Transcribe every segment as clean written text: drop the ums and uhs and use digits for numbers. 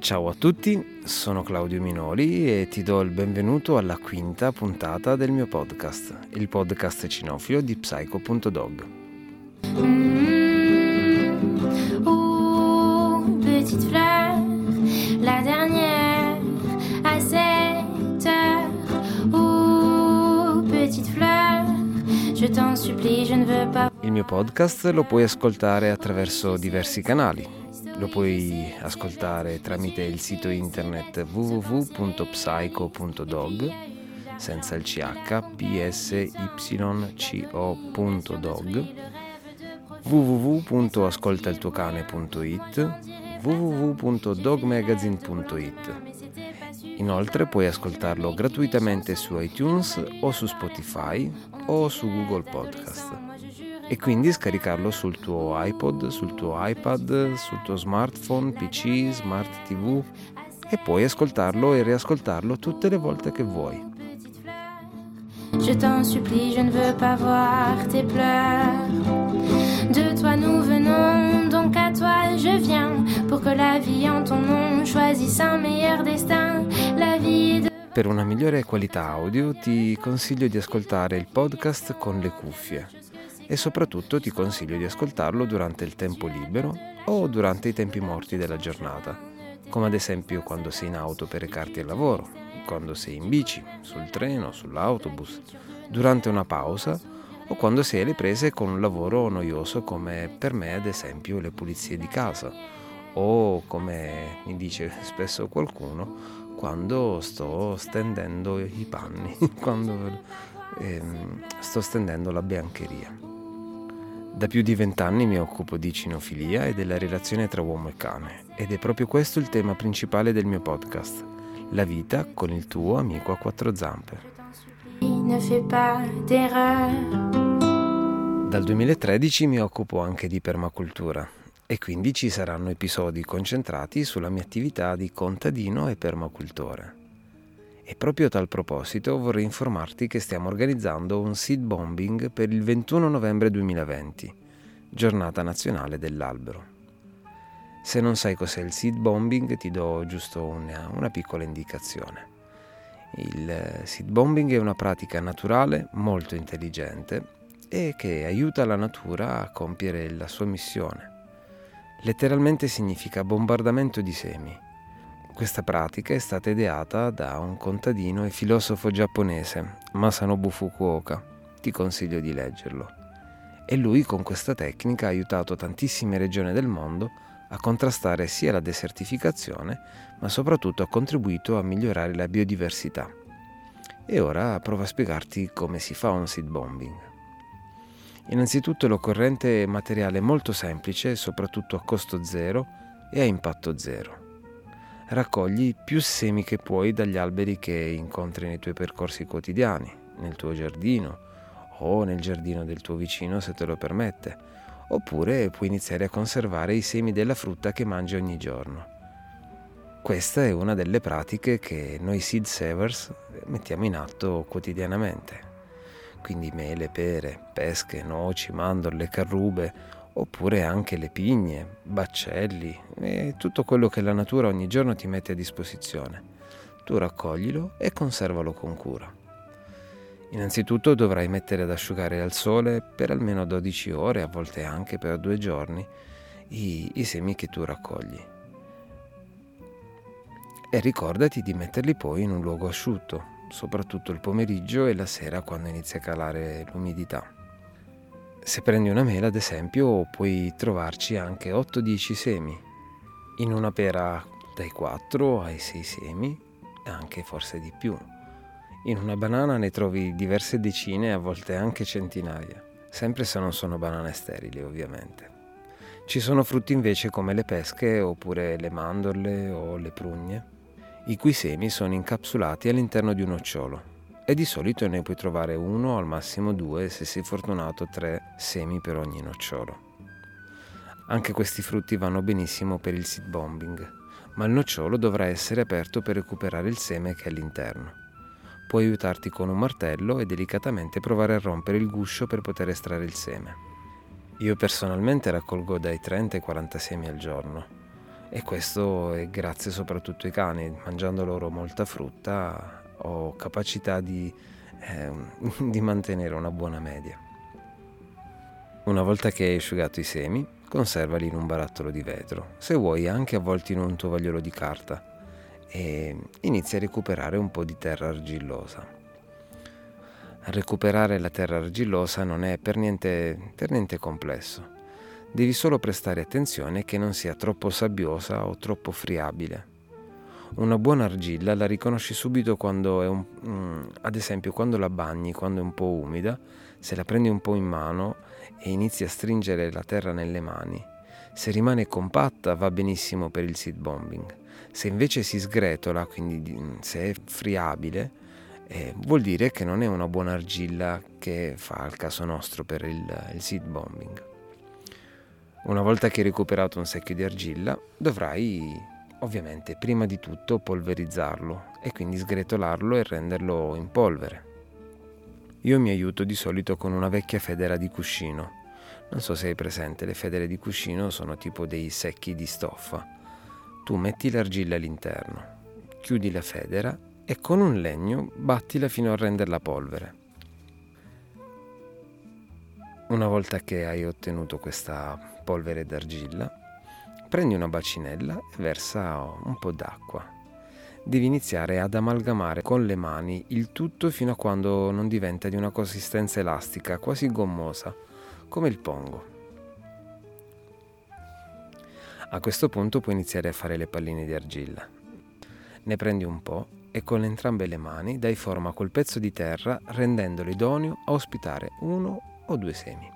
Ciao a tutti, sono Claudio Minoli e ti do il benvenuto alla quinta puntata del mio podcast, il podcast cinofilo di Psycho.dog. Petite fleur, la dernière à 7 heures. Petite fleur, je t'en supplie, je ne veux pas. Il mio podcast lo puoi ascoltare attraverso diversi canali. Lo puoi ascoltare tramite il sito internet www.psycho.dog, senza il ch, psycho.dog, www.ascoltailtuocane.it, www.dogmagazine.it. Inoltre puoi ascoltarlo gratuitamente su iTunes o su Spotify o su Google Podcast. E quindi scaricarlo sul tuo iPod, sul tuo iPad, sul tuo smartphone, PC, smart TV e poi ascoltarlo e riascoltarlo tutte le volte che vuoi. Je t'en supplie, je ne veux pas voir tes pleurs. De toi nous venons, donc à toi je viens, pour que la vie en ton nom choisisse un meilleur destin. La vie de... Per una migliore qualità audio ti consiglio di ascoltare il podcast con le cuffie. E soprattutto ti consiglio di ascoltarlo durante il tempo libero o durante i tempi morti della giornata, come ad esempio quando sei in auto per recarti al lavoro, quando sei in bici, sul treno, sull'autobus, durante una pausa o quando sei alle prese con un lavoro noioso come per me ad esempio le pulizie di casa o come mi dice spesso qualcuno quando sto stendendo i panni, quando sto stendendo la biancheria. Da più di 20 anni mi occupo di cinofilia e della relazione tra uomo e cane, ed è proprio questo il tema principale del mio podcast, la vita con il tuo amico a quattro zampe. Ne fais pas d'erreur. Dal 2013 mi occupo anche di permacultura e quindi ci saranno episodi concentrati sulla mia attività di contadino e permacultore. E proprio a tal proposito vorrei informarti che stiamo organizzando un seed bombing per il 21 novembre 2020, giornata nazionale dell'albero. Se non sai cos'è il seed bombing ti do giusto una piccola indicazione. Il seed bombing è una pratica naturale molto intelligente e che aiuta la natura a compiere la sua missione. Letteralmente significa bombardamento di semi. Questa pratica è stata ideata da un contadino e filosofo giapponese, Masanobu Fukuoka. Ti consiglio di leggerlo. E lui con questa tecnica ha aiutato tantissime regioni del mondo a contrastare sia la desertificazione, ma soprattutto ha contribuito a migliorare la biodiversità. E ora provo a spiegarti come si fa un seed bombing. Innanzitutto l'occorrente è materiale molto semplice, soprattutto a costo zero e a impatto zero. Raccogli più semi che puoi dagli alberi che incontri nei tuoi percorsi quotidiani, nel tuo giardino o nel giardino del tuo vicino se te lo permette, oppure puoi iniziare a conservare i semi della frutta che mangi ogni giorno. Questa è una delle pratiche che noi seed savers mettiamo in atto quotidianamente. Quindi mele, pere, pesche, noci, mandorle, carrube, oppure anche le pigne, baccelli e tutto quello che la natura ogni giorno ti mette a disposizione. Tu raccoglilo e conservalo con cura. Innanzitutto dovrai mettere ad asciugare al sole per almeno 12 ore, a volte anche per 2 giorni, i semi che tu raccogli. E ricordati di metterli poi in un luogo asciutto, soprattutto il pomeriggio e la sera quando inizia a calare l'umidità. Se prendi una mela, ad esempio, puoi trovarci anche 8-10 semi. In una pera dai 4 ai 6 semi, e anche forse di più. In una banana ne trovi diverse decine, a volte anche centinaia, sempre se non sono banane sterili, ovviamente. Ci sono frutti invece come le pesche, oppure le mandorle o le prugne, i cui semi sono incapsulati all'interno di un nocciolo. E di solito ne puoi trovare 1 al massimo 2, se sei fortunato 3 semi per ogni nocciolo. Anche questi frutti vanno benissimo per il seed bombing, ma il nocciolo dovrà essere aperto per recuperare il seme che è all'interno. Puoi aiutarti con un martello e delicatamente provare a rompere il guscio per poter estrarre il seme. Io personalmente raccolgo dai 30 ai 40 semi al giorno E questo è grazie soprattutto ai cani. Mangiando loro molta frutta ho capacità di mantenere una buona media. Una volta che hai asciugato i semi, conservali in un barattolo di vetro, se vuoi anche avvolti in un tovagliolo di carta, e inizia a recuperare un po' di terra argillosa. Recuperare la terra argillosa non è per niente complesso. Devi solo prestare attenzione che non sia troppo sabbiosa o troppo friabile. Una buona argilla la riconosci subito quando ad esempio quando la bagni, quando è un po' umida, se la prendi un po' in mano e inizi a stringere la terra nelle mani. Se rimane compatta va benissimo per il seed bombing. Se invece si sgretola, quindi se è friabile, vuol dire che non è una buona argilla che fa al caso nostro per il seed bombing. Una volta che hai recuperato un secchio di argilla, dovrai ovviamente prima di tutto polverizzarlo e quindi sgretolarlo e renderlo in polvere. Io mi aiuto di solito con una vecchia federa di cuscino. Non so se hai presente, le federe di cuscino sono tipo dei secchi di stoffa. Tu metti l'argilla all'interno, chiudi la federa e con un legno battila fino a renderla polvere. Una volta che hai ottenuto questa polvere d'argilla, prendi una bacinella e versa un po' d'acqua. Devi iniziare ad amalgamare con le mani il tutto fino a quando non diventa di una consistenza elastica, quasi gommosa, come il pongo. A questo punto puoi iniziare a fare le palline di argilla. Ne prendi un po' e con entrambe le mani dai forma col pezzo di terra, rendendolo idoneo a ospitare 1 o 2 semi.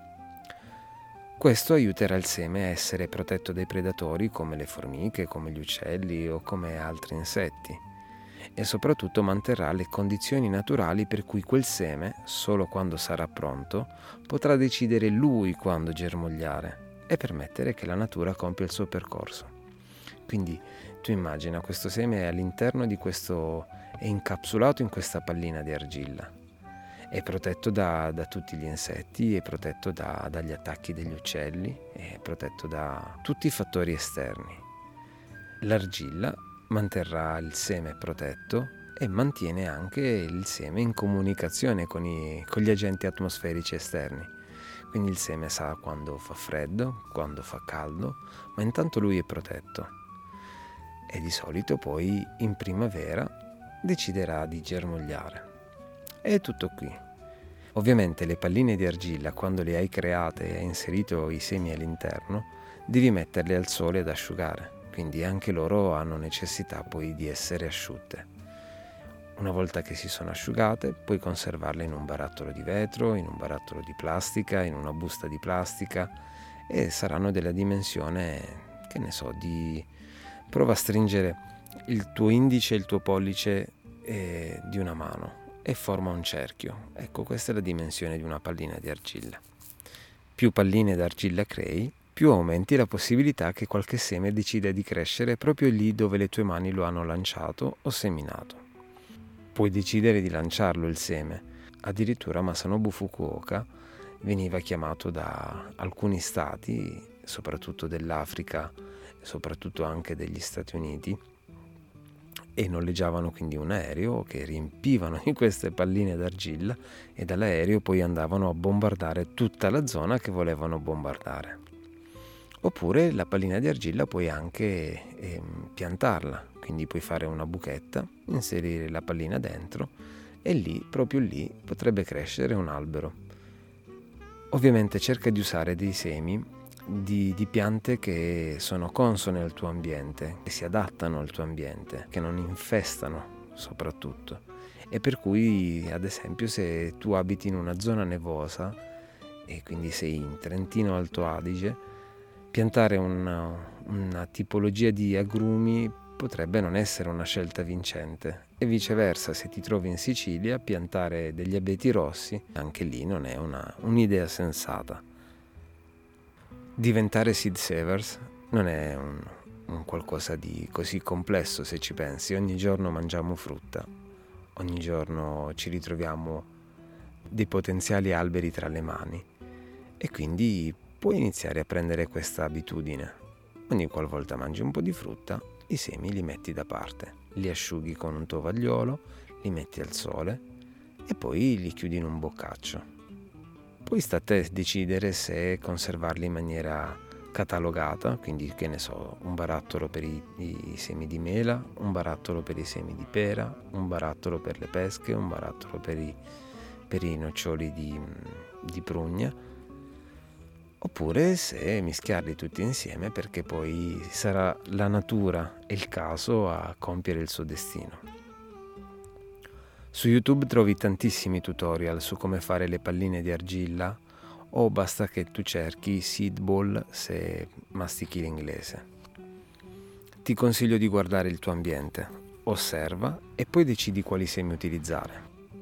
Questo aiuterà il seme a essere protetto dai predatori come le formiche, come gli uccelli o come altri insetti, e soprattutto manterrà le condizioni naturali per cui quel seme, solo quando sarà pronto, potrà decidere lui quando germogliare e permettere che la natura compia il suo percorso. Quindi tu immagina, questo seme è all'interno di è incapsulato in questa pallina di argilla. È protetto da tutti gli insetti, è protetto dagli attacchi degli uccelli, è protetto da tutti i fattori esterni. L'argilla manterrà il seme protetto e mantiene anche il seme in comunicazione con gli agenti atmosferici esterni. Quindi il seme sa quando fa freddo, quando fa caldo, ma intanto lui è protetto. E di solito poi in primavera deciderà di germogliare. È tutto qui. Ovviamente le palline di argilla, quando le hai create e hai inserito i semi all'interno, devi metterle al sole ad asciugare, quindi anche loro hanno necessità poi di essere asciutte. Una volta che si sono asciugate, puoi conservarle in un barattolo di vetro, in un barattolo di plastica, in una busta di plastica, e saranno della dimensione, che ne so, prova a stringere il tuo indice e il tuo pollice di una mano e forma un cerchio. Ecco, questa è la dimensione di una pallina di argilla. Più palline d'argilla crei, più aumenti la possibilità che qualche seme decida di crescere proprio lì dove le tue mani lo hanno lanciato o seminato. Puoi decidere di lanciarlo il seme. Addirittura Masanobu Fukuoka veniva chiamato da alcuni stati, soprattutto dell'Africa, soprattutto anche degli Stati Uniti, e noleggiavano quindi un aereo che riempivano di queste palline d'argilla e dall'aereo poi andavano a bombardare tutta la zona che volevano bombardare. Oppure la pallina di argilla puoi anche piantarla, quindi puoi fare una buchetta, inserire la pallina dentro e lì, proprio lì, potrebbe crescere un albero. Ovviamente cerca di usare dei semi di piante che sono consone al tuo ambiente, che si adattano al tuo ambiente, che non infestano soprattutto, e per cui ad esempio se tu abiti in una zona nevosa e quindi sei in Trentino Alto Adige, piantare una tipologia di agrumi potrebbe non essere una scelta vincente, e viceversa, se ti trovi in Sicilia, piantare degli abeti rossi anche lì non è un'idea sensata. Diventare seed savers non è un qualcosa di così complesso se ci pensi. Ogni giorno mangiamo frutta, ogni giorno ci ritroviamo dei potenziali alberi tra le mani e quindi puoi iniziare a prendere questa abitudine. Ogni qualvolta mangi un po' di frutta, i semi li metti da parte, li asciughi con un tovagliolo, li metti al sole e poi li chiudi in un boccaccio. Poi sta a te decidere se conservarli in maniera catalogata, quindi che ne so, un barattolo per i semi di mela, un barattolo per i semi di pera, un barattolo per le pesche, un barattolo per i noccioli di prugna, oppure se mischiarli tutti insieme, perché poi sarà la natura e il caso a compiere il suo destino. Su YouTube trovi tantissimi tutorial su come fare le palline di argilla, o basta che tu cerchi seed ball se mastichi l'inglese. Ti consiglio di guardare il tuo ambiente, osserva e poi decidi quali semi utilizzare.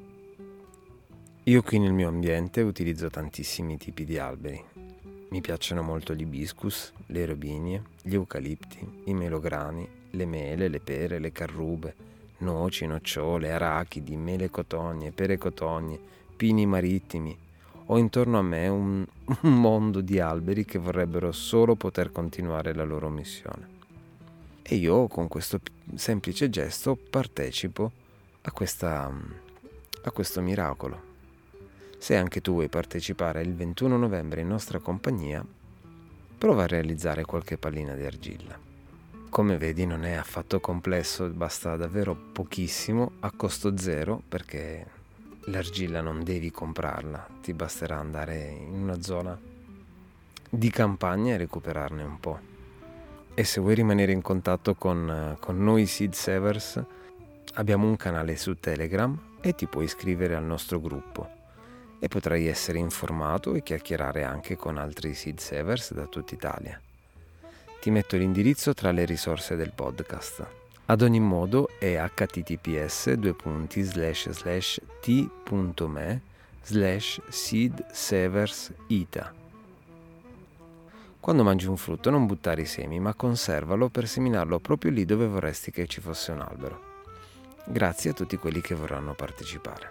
Io qui nel mio ambiente utilizzo tantissimi tipi di alberi. Mi piacciono molto gli hibiscus, le robinie, gli eucalipti, i melograni, le mele, le pere, le carrube, noci, nocciole, arachidi, mele cotogne, pere cotogne, pini marittimi. Ho intorno a me un mondo di alberi che vorrebbero solo poter continuare la loro missione. E io con questo semplice gesto partecipo a questo miracolo. Se anche tu vuoi partecipare il 21 novembre in nostra compagnia, prova a realizzare qualche pallina di argilla. Come vedi non è affatto complesso, basta davvero pochissimo a costo zero, perché l'argilla non devi comprarla, ti basterà andare in una zona di campagna e recuperarne un po'. E se vuoi rimanere in contatto con noi Seed Savers, abbiamo un canale su Telegram e ti puoi iscrivere al nostro gruppo e potrai essere informato e chiacchierare anche con altri Seed Savers da tutta Italia. Ti metto l'indirizzo tra le risorse del podcast. Ad ogni modo è https://t.me/seedsaversita. Quando mangi un frutto non buttare i semi, ma conservalo per seminarlo proprio lì dove vorresti che ci fosse un albero. Grazie a tutti quelli che vorranno partecipare.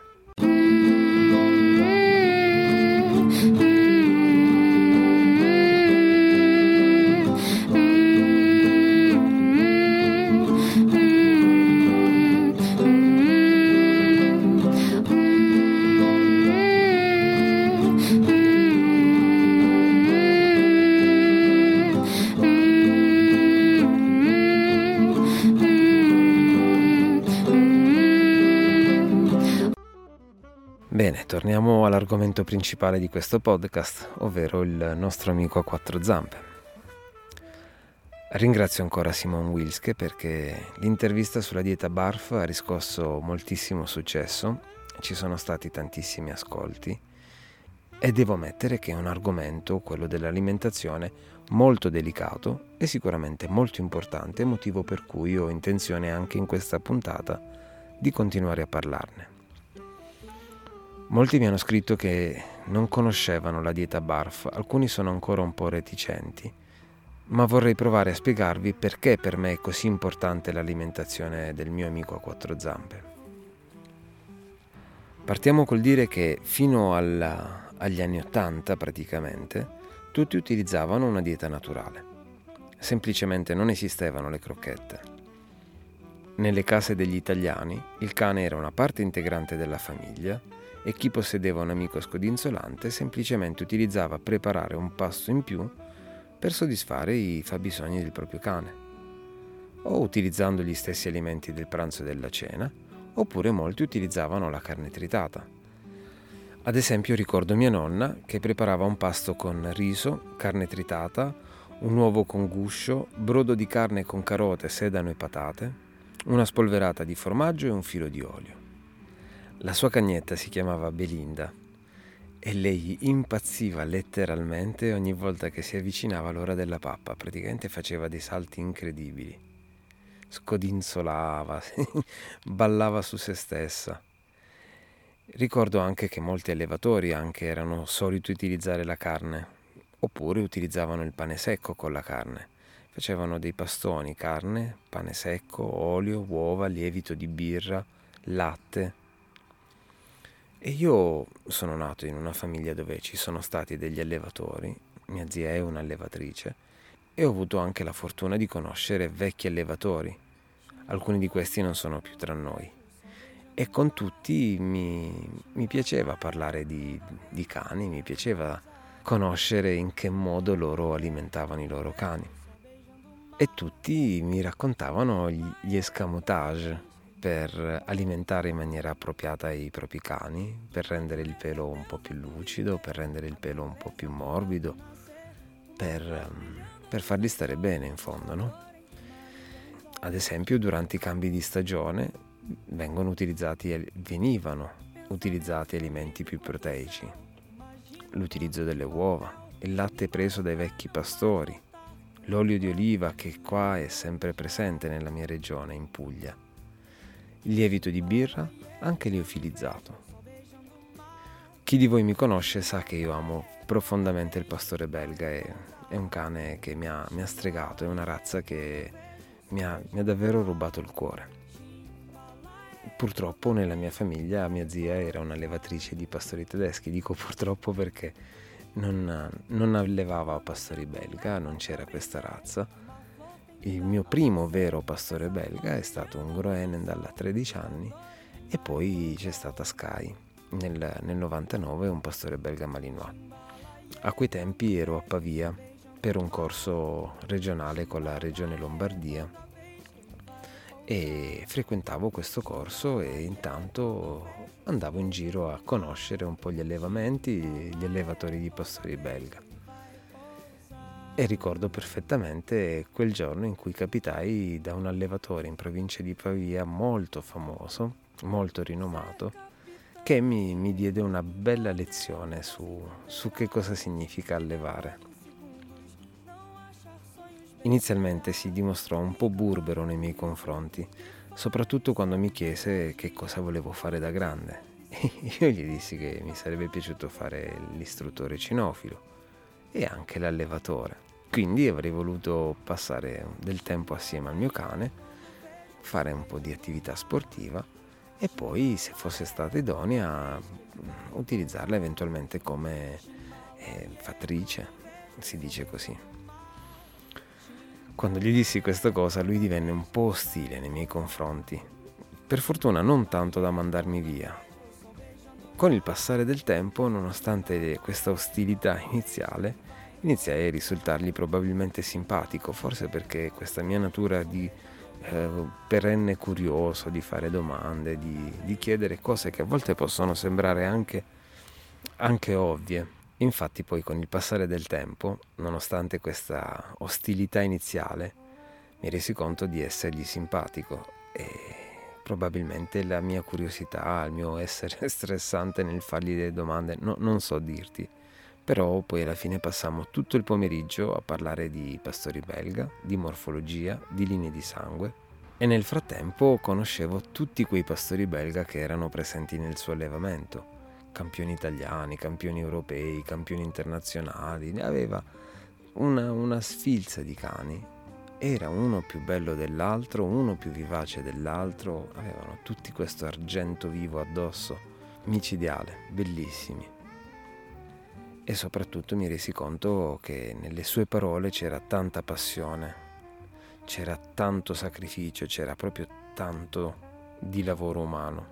Bene, torniamo all'argomento principale di questo podcast, ovvero il nostro amico a quattro zampe. Ringrazio ancora Simon Wilske perché l'intervista sulla dieta BARF ha riscosso moltissimo successo, ci sono stati tantissimi ascolti e devo ammettere che è un argomento, quello dell'alimentazione, molto delicato e sicuramente molto importante, motivo per cui ho intenzione anche in questa puntata di continuare a parlarne. Molti mi hanno scritto che non conoscevano la dieta BARF, alcuni sono ancora un po' reticenti, ma vorrei provare a spiegarvi perché per me è così importante l'alimentazione del mio amico a quattro zampe. Partiamo col dire che fino agli anni '80 praticamente tutti utilizzavano una dieta naturale. Semplicemente non esistevano le crocchette. Nelle case degli italiani il cane era una parte integrante della famiglia e chi possedeva un amico scodinzolante semplicemente utilizzava preparare un pasto in più per soddisfare i fabbisogni del proprio cane, o utilizzando gli stessi alimenti del pranzo e della cena, oppure molti utilizzavano la carne tritata. Ad esempio ricordo mia nonna che preparava un pasto con riso, carne tritata, un uovo con guscio, brodo di carne con carote, sedano e patate, una spolverata di formaggio e un filo di olio. La sua cagnetta si chiamava Belinda e lei impazziva letteralmente ogni volta che si avvicinava l'ora della pappa, praticamente faceva dei salti incredibili, scodinzolava, ballava su se stessa. Ricordo anche che molti allevatori anche erano soliti utilizzare la carne, oppure utilizzavano il pane secco con la carne. Facevano dei pastoni, carne, pane secco, olio, uova, lievito di birra, latte. E io sono nato in una famiglia dove ci sono stati degli allevatori, mia zia è un'allevatrice, e ho avuto anche la fortuna di conoscere vecchi allevatori. Alcuni di questi non sono più tra noi. E con tutti mi piaceva parlare di cani, mi piaceva conoscere in che modo loro alimentavano i loro cani. E tutti mi raccontavano gli escamotage per alimentare in maniera appropriata i propri cani, per rendere il pelo un po' più lucido, per rendere il pelo un po' più morbido, per farli stare bene in fondo, no? Ad esempio, durante i cambi di stagione venivano utilizzati alimenti più proteici, l'utilizzo delle uova, il latte preso dai vecchi pastori, l'olio di oliva che qua è sempre presente nella mia regione, in Puglia, il lievito di birra, anche liofilizzato. Chi di voi mi conosce sa che io amo profondamente il pastore belga, è un cane che mi ha stregato, è una razza che mi ha davvero rubato il cuore. Purtroppo nella mia famiglia mia zia era un'allevatrice di pastori tedeschi, dico purtroppo perché non allevava pastori belga, non c'era questa razza. Il mio primo vero pastore belga è stato un Groenendael a 13 anni e poi c'è stata Sky nel 99, un pastore belga malinois. A quei tempi ero a Pavia per un corso regionale con la regione Lombardia e frequentavo questo corso e intanto andavo in giro a conoscere un po' gli allevamenti, gli allevatori di pastori belga. E ricordo perfettamente quel giorno in cui capitai da un allevatore in provincia di Pavia molto famoso, molto rinomato, che mi diede una bella lezione su che cosa significa allevare. Inizialmente si dimostrò un po' burbero nei miei confronti, soprattutto quando mi chiese che cosa volevo fare da grande. Io gli dissi che mi sarebbe piaciuto fare l'istruttore cinofilo e anche l'allevatore. Quindi avrei voluto passare del tempo assieme al mio cane, fare un po' di attività sportiva e poi, se fosse stata idonea, utilizzarla eventualmente come fattrice, si dice così. Quando gli dissi questa cosa, lui divenne un po' ostile nei miei confronti. Per fortuna non tanto da mandarmi via. Con il passare del tempo, nonostante questa ostilità iniziale, iniziai a risultargli probabilmente simpatico, forse perché questa mia natura di perenne curioso, di fare domande, di chiedere cose che a volte possono sembrare anche ovvie. Infatti poi con il passare del tempo, nonostante questa ostilità iniziale, mi resi conto di essergli simpatico e probabilmente la mia curiosità, il mio essere stressante nel fargli delle domande, non so dirti. Però poi alla fine passammo tutto il pomeriggio a parlare di pastori belga, di morfologia, di linee di sangue e nel frattempo conoscevo tutti quei pastori belga che erano presenti nel suo allevamento, campioni italiani, campioni europei, campioni internazionali, ne aveva una sfilza di cani, era uno più bello dell'altro, uno più vivace dell'altro, avevano tutti questo argento vivo addosso, micidiale, bellissimi. E soprattutto mi resi conto che nelle sue parole c'era tanta passione, c'era tanto sacrificio, c'era proprio tanto di lavoro umano.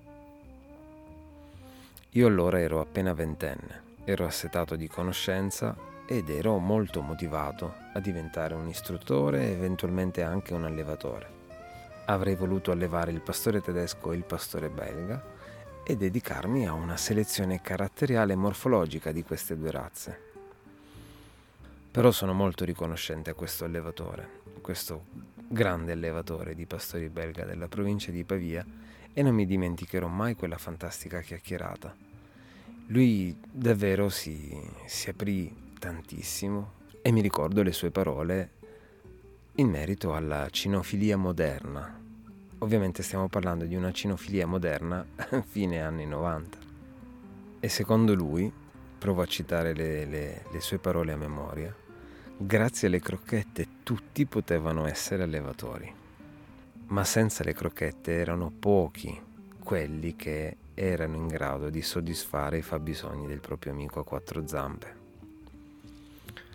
Io allora ero appena ventenne, ero assetato di conoscenza ed ero molto motivato a diventare un istruttore e eventualmente anche un allevatore. Avrei voluto allevare il pastore tedesco e il pastore belga e dedicarmi a una selezione caratteriale e morfologica di queste due razze. Però sono molto riconoscente a questo allevatore, questo grande allevatore di pastori belga della provincia di Pavia, e non mi dimenticherò mai quella fantastica chiacchierata. Lui davvero si aprì tantissimo e mi ricordo le sue parole in merito alla cinofilia moderna. Ovviamente stiamo parlando di una cinofilia moderna fine anni 90. E secondo lui, provo a citare le sue parole a memoria, grazie alle crocchette tutti potevano essere allevatori. Ma senza le crocchette erano pochi quelli che erano in grado di soddisfare i fabbisogni del proprio amico a quattro zampe.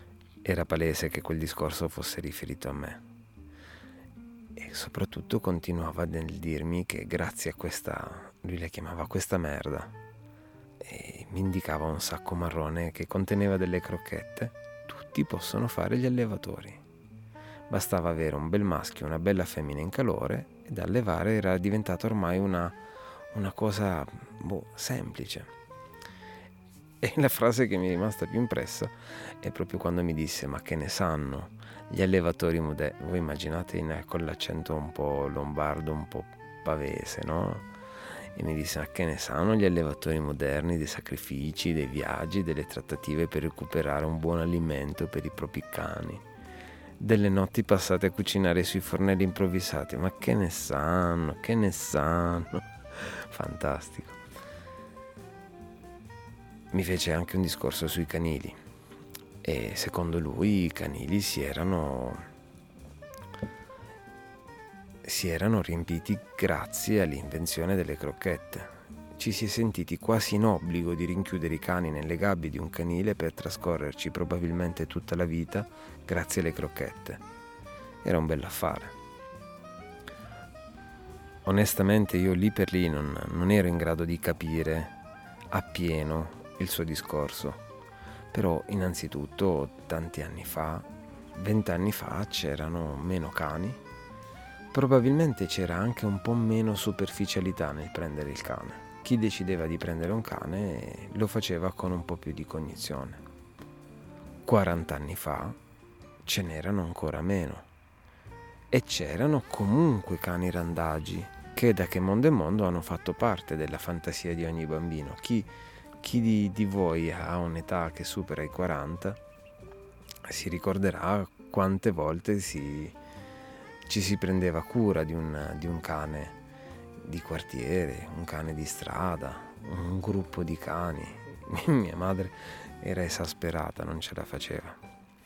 Era palese che quel discorso fosse riferito a me. E soprattutto continuava nel dirmi che grazie a questa, lui la chiamava questa merda, e mi indicava un sacco marrone che conteneva delle crocchette, tutti possono fare gli allevatori. Bastava avere un bel maschio e una bella femmina in calore ed allevare era diventata ormai una cosa semplice. E la frase che mi è rimasta più impressa è proprio quando mi disse: ma che ne sanno gli allevatori moderni? Voi immaginate con l'accento un po' lombardo, un po' pavese, no? E mi disse: ma che ne sanno gli allevatori moderni dei sacrifici, dei viaggi, delle trattative per recuperare un buon alimento per i propri cani, delle notti passate a cucinare sui fornelli improvvisati? Ma che ne sanno, che ne sanno? Fantastico. Mi fece anche un discorso sui canili e secondo lui i canili si erano riempiti grazie all'invenzione delle crocchette. Ci si è sentiti quasi in obbligo di rinchiudere i cani nelle gabbie di un canile per trascorrerci probabilmente tutta la vita grazie alle crocchette. Era un bell'affare. Onestamente io lì per lì non ero in grado di capire appieno il suo discorso, però innanzitutto tanti anni fa, 20 anni fa, c'erano meno cani, probabilmente c'era anche un po' meno superficialità nel prendere il cane. Chi decideva di prendere un cane lo faceva con un po' più di cognizione. 40 anni fa ce n'erano ancora meno e c'erano comunque cani randagi che da che mondo è mondo hanno fatto parte della fantasia di ogni bambino. Chi di voi ha un'età che supera i 40 si ricorderà quante volte ci si prendeva cura di un cane di quartiere, un cane di strada, un gruppo di cani. Mia madre era esasperata, non ce la faceva.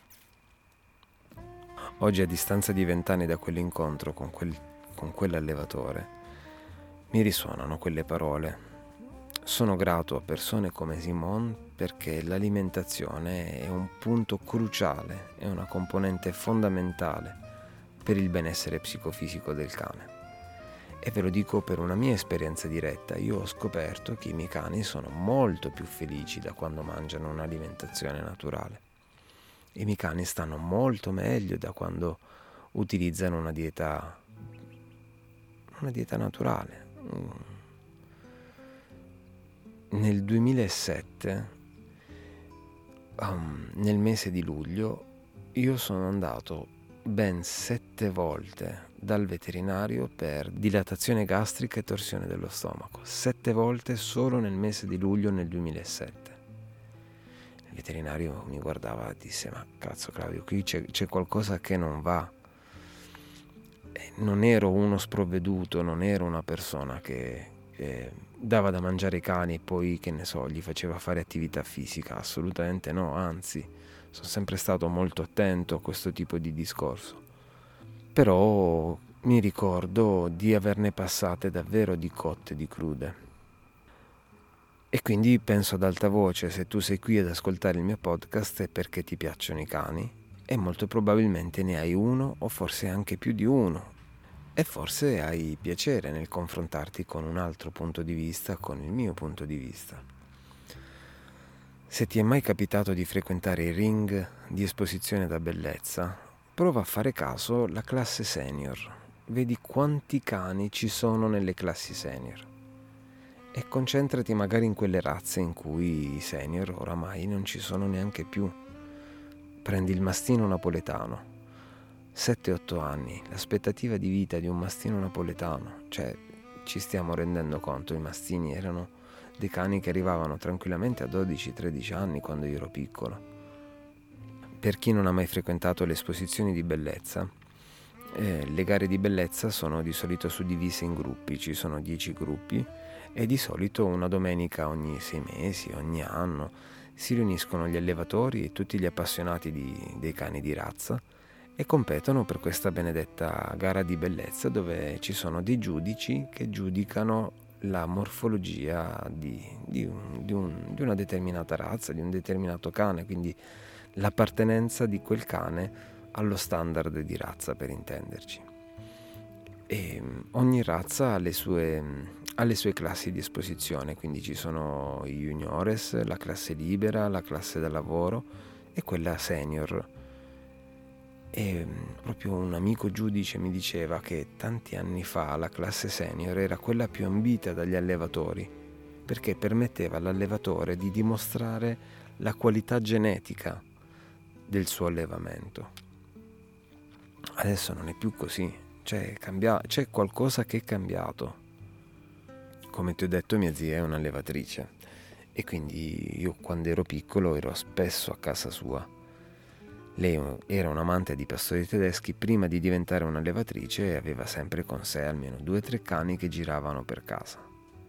Oggi, a distanza di 20 anni da quell'incontro con quell'allevatore, mi risuonano quelle parole. Sono grato a persone come Simone perché l'alimentazione è un punto cruciale, è una componente fondamentale per il benessere psicofisico del cane. E ve lo dico per una mia esperienza diretta, io ho scoperto che i miei cani sono molto più felici da quando mangiano un'alimentazione naturale. I miei cani stanno molto meglio da quando utilizzano una dieta naturale. Nel 2007, nel mese di luglio, io sono andato ben 7 volte dal veterinario per dilatazione gastrica e torsione dello stomaco. 7 volte solo nel mese di luglio nel 2007. Il veterinario mi guardava e disse: ma cazzo Claudio, qui c'è qualcosa che non va. E non ero uno sprovveduto, non ero una persona che dava da mangiare ai cani e poi, che ne so, gli faceva fare attività fisica. Assolutamente no, anzi, sono sempre stato molto attento a questo tipo di discorso. Però mi ricordo di averne passate davvero di cotte e di crude. E quindi penso ad alta voce: se tu sei qui ad ascoltare il mio podcast è perché ti piacciono i cani e molto probabilmente ne hai uno o forse anche più di uno. E forse hai piacere nel confrontarti con un altro punto di vista, con il mio punto di vista. Se ti è mai capitato di frequentare i ring di esposizione da bellezza, prova a fare caso alla classe senior. Vedi quanti cani ci sono nelle classi senior. E concentrati magari in quelle razze in cui i senior oramai non ci sono neanche più. Prendi il mastino napoletano. 7-8 anni, l'aspettativa di vita di un mastino napoletano, cioè ci stiamo rendendo conto, i mastini erano dei cani che arrivavano tranquillamente a 12-13 anni quando io ero piccolo. Per chi non ha mai frequentato le esposizioni di bellezza, le gare di bellezza sono di solito suddivise in gruppi, ci sono 10 gruppi e di solito una domenica ogni 6 mesi, ogni anno, si riuniscono gli allevatori e tutti gli appassionati dei cani di razza e competono per questa benedetta gara di bellezza dove ci sono dei giudici che giudicano la morfologia di una determinata razza, di un determinato cane, quindi l'appartenenza di quel cane allo standard di razza, per intenderci. E ogni razza ha le sue classi di esposizione, quindi ci sono i juniores, la classe libera, la classe da lavoro e quella senior. E proprio un amico giudice mi diceva che tanti anni fa la classe senior era quella più ambita dagli allevatori, perché permetteva all'allevatore di dimostrare la qualità genetica del suo allevamento. Adesso non è più così, c'è qualcosa che è cambiato. Come ti ho detto, mia zia è un'allevatrice e quindi io quando ero piccolo ero spesso a casa sua. Lei era un'amante di pastori tedeschi prima di diventare un'allevatrice e aveva sempre con sé almeno 2 o 3 cani che giravano per casa.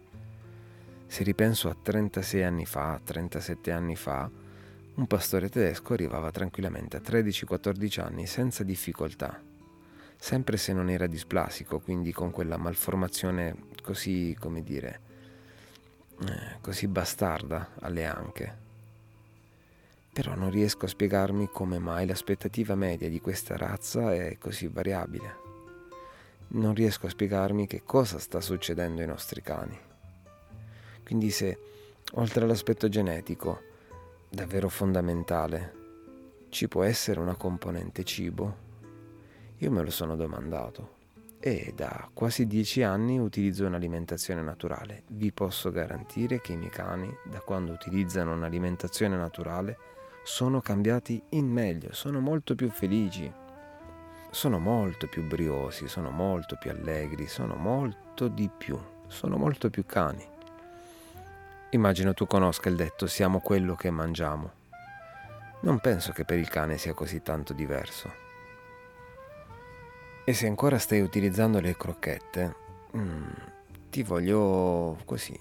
Se ripenso a 36 anni fa, 37 anni fa, un pastore tedesco arrivava tranquillamente a 13-14 anni senza difficoltà, sempre se non era displasico, quindi con quella malformazione così, come dire, così bastarda alle anche. Però non riesco a spiegarmi come mai l'aspettativa media di questa razza è così variabile. Non riesco a spiegarmi che cosa sta succedendo ai nostri cani. Quindi se, oltre all'aspetto genetico, davvero fondamentale, ci può essere una componente cibo? Io me lo sono domandato e da quasi 10 anni utilizzo un'alimentazione naturale. Vi posso garantire che i miei cani, da quando utilizzano un'alimentazione naturale, sono cambiati in meglio, sono molto più felici, sono molto più briosi, sono molto più allegri, sono molto di più, sono molto più cani. Immagino tu conosca il detto siamo quello che mangiamo. Non penso che per il cane sia così tanto diverso. E se ancora stai utilizzando le crocchette, ti voglio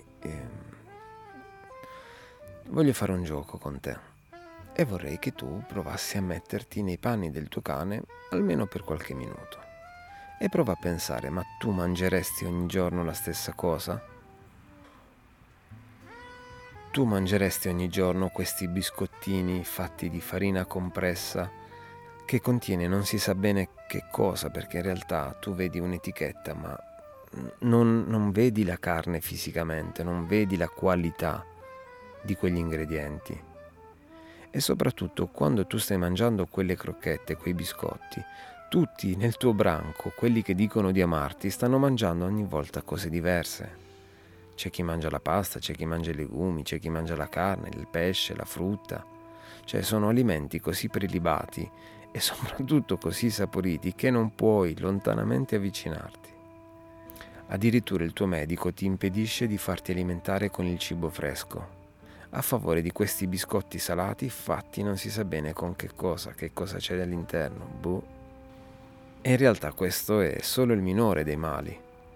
voglio fare un gioco con te. E vorrei che tu provassi a metterti nei panni del tuo cane almeno per qualche minuto. E prova a pensare, ma tu mangeresti ogni giorno la stessa cosa? Tu mangeresti ogni giorno questi biscottini fatti di farina compressa che contiene non si sa bene che cosa, perché in realtà tu vedi un'etichetta ma non vedi la carne fisicamente, non vedi la qualità di quegli ingredienti. E soprattutto quando tu stai mangiando quelle crocchette, quei biscotti, tutti nel tuo branco, quelli che dicono di amarti, stanno mangiando ogni volta cose diverse. C'è chi mangia la pasta, c'è chi mangia i legumi, c'è chi mangia la carne, il pesce, la frutta. Cioè sono alimenti così prelibati e soprattutto così saporiti che non puoi lontanamente avvicinarti. Addirittura il tuo medico ti impedisce di farti alimentare con il cibo fresco, a favore di questi biscotti salati fatti non si sa bene con che cosa c'è all'interno, E in realtà questo è solo il minore dei mali.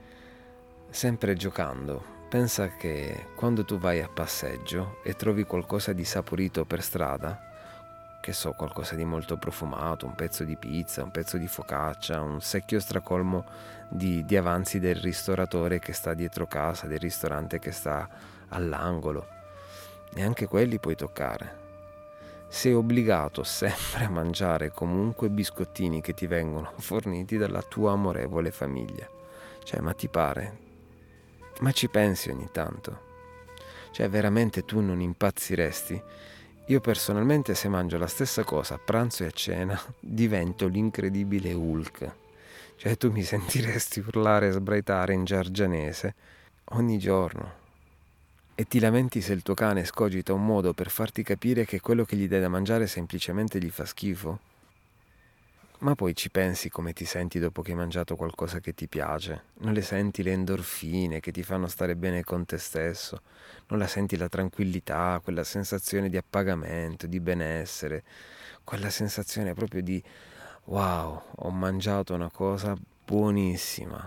Sempre giocando, pensa che quando tu vai a passeggio e trovi qualcosa di saporito per strada, che so, qualcosa di molto profumato, un pezzo di pizza, un pezzo di focaccia, un secchio stracolmo di avanzi del ristoratore che sta dietro casa, del ristorante che sta all'angolo, neanche quelli puoi toccare. Sei obbligato sempre a mangiare comunque biscottini che ti vengono forniti dalla tua amorevole famiglia. Cioè, ma ti pare? Ma ci pensi ogni tanto? Cioè, veramente tu non impazziresti? Io personalmente, se mangio la stessa cosa a pranzo e a cena, divento l'incredibile Hulk. Cioè, tu mi sentiresti urlare e sbraitare in giargianese ogni giorno. E ti lamenti se il tuo cane escogita un modo per farti capire che quello che gli dai da mangiare semplicemente gli fa schifo? Ma poi ci pensi come ti senti dopo che hai mangiato qualcosa che ti piace? Non le senti le endorfine che ti fanno stare bene con te stesso? Non la senti la tranquillità, quella sensazione di appagamento, di benessere, quella sensazione proprio di wow, ho mangiato una cosa buonissima.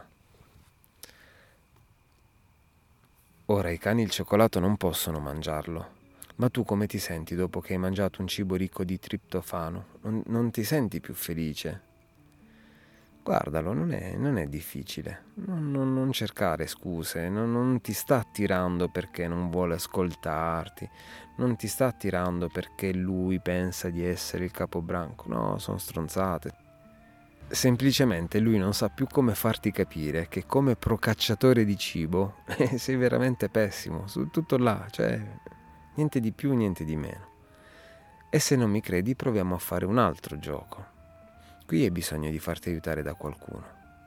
Ora i cani il cioccolato non possono mangiarlo, ma tu come ti senti dopo che hai mangiato un cibo ricco di triptofano? Non ti senti più felice? Guardalo, non è difficile, non cercare scuse, non ti sta attirando perché non vuole ascoltarti, non ti sta attirando perché lui pensa di essere il capobranco, no, sono stronzate. Semplicemente lui non sa più come farti capire che come procacciatore di cibo sei veramente pessimo, tutto là, cioè niente di più, niente di meno. E se non mi credi proviamo a fare un altro gioco. Qui hai bisogno di farti aiutare da qualcuno.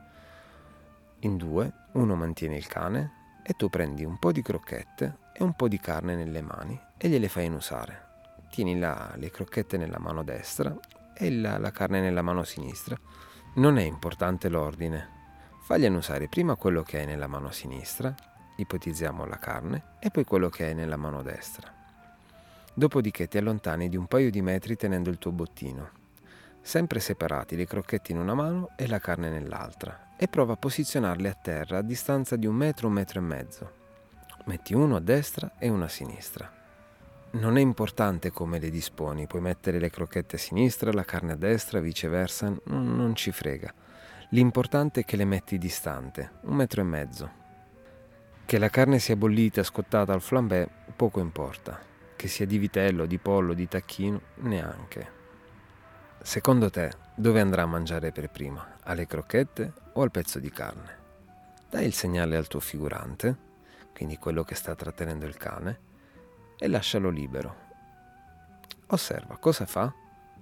In 2, uno mantiene il cane e tu prendi un po' di crocchette e un po' di carne nelle mani e gliele fai annusare. Tieni le crocchette nella mano destra e la carne nella mano sinistra. Non è importante l'ordine. Fagli annusare prima quello che hai nella mano sinistra, ipotizziamo la carne, e poi quello che hai nella mano destra. Dopodiché ti allontani di un paio di metri tenendo il tuo bottino. Sempre separati, le crocchette in una mano e la carne nell'altra, e prova a posizionarle a terra a distanza di 1 metro, 1,5 metri. Metti uno a destra e uno a sinistra. Non è importante come le disponi, puoi mettere le crocchette a sinistra, la carne a destra, viceversa, non ci frega. L'importante è che le metti distante, 1,5 metri. Che la carne sia bollita, scottata al flambè, poco importa. Che sia di vitello, di pollo, di tacchino, neanche. Secondo te, dove andrà a mangiare per prima? Alle crocchette o al pezzo di carne? Dai il segnale al tuo figurante, quindi quello che sta trattenendo il cane, e lascialo libero. Osserva cosa fa.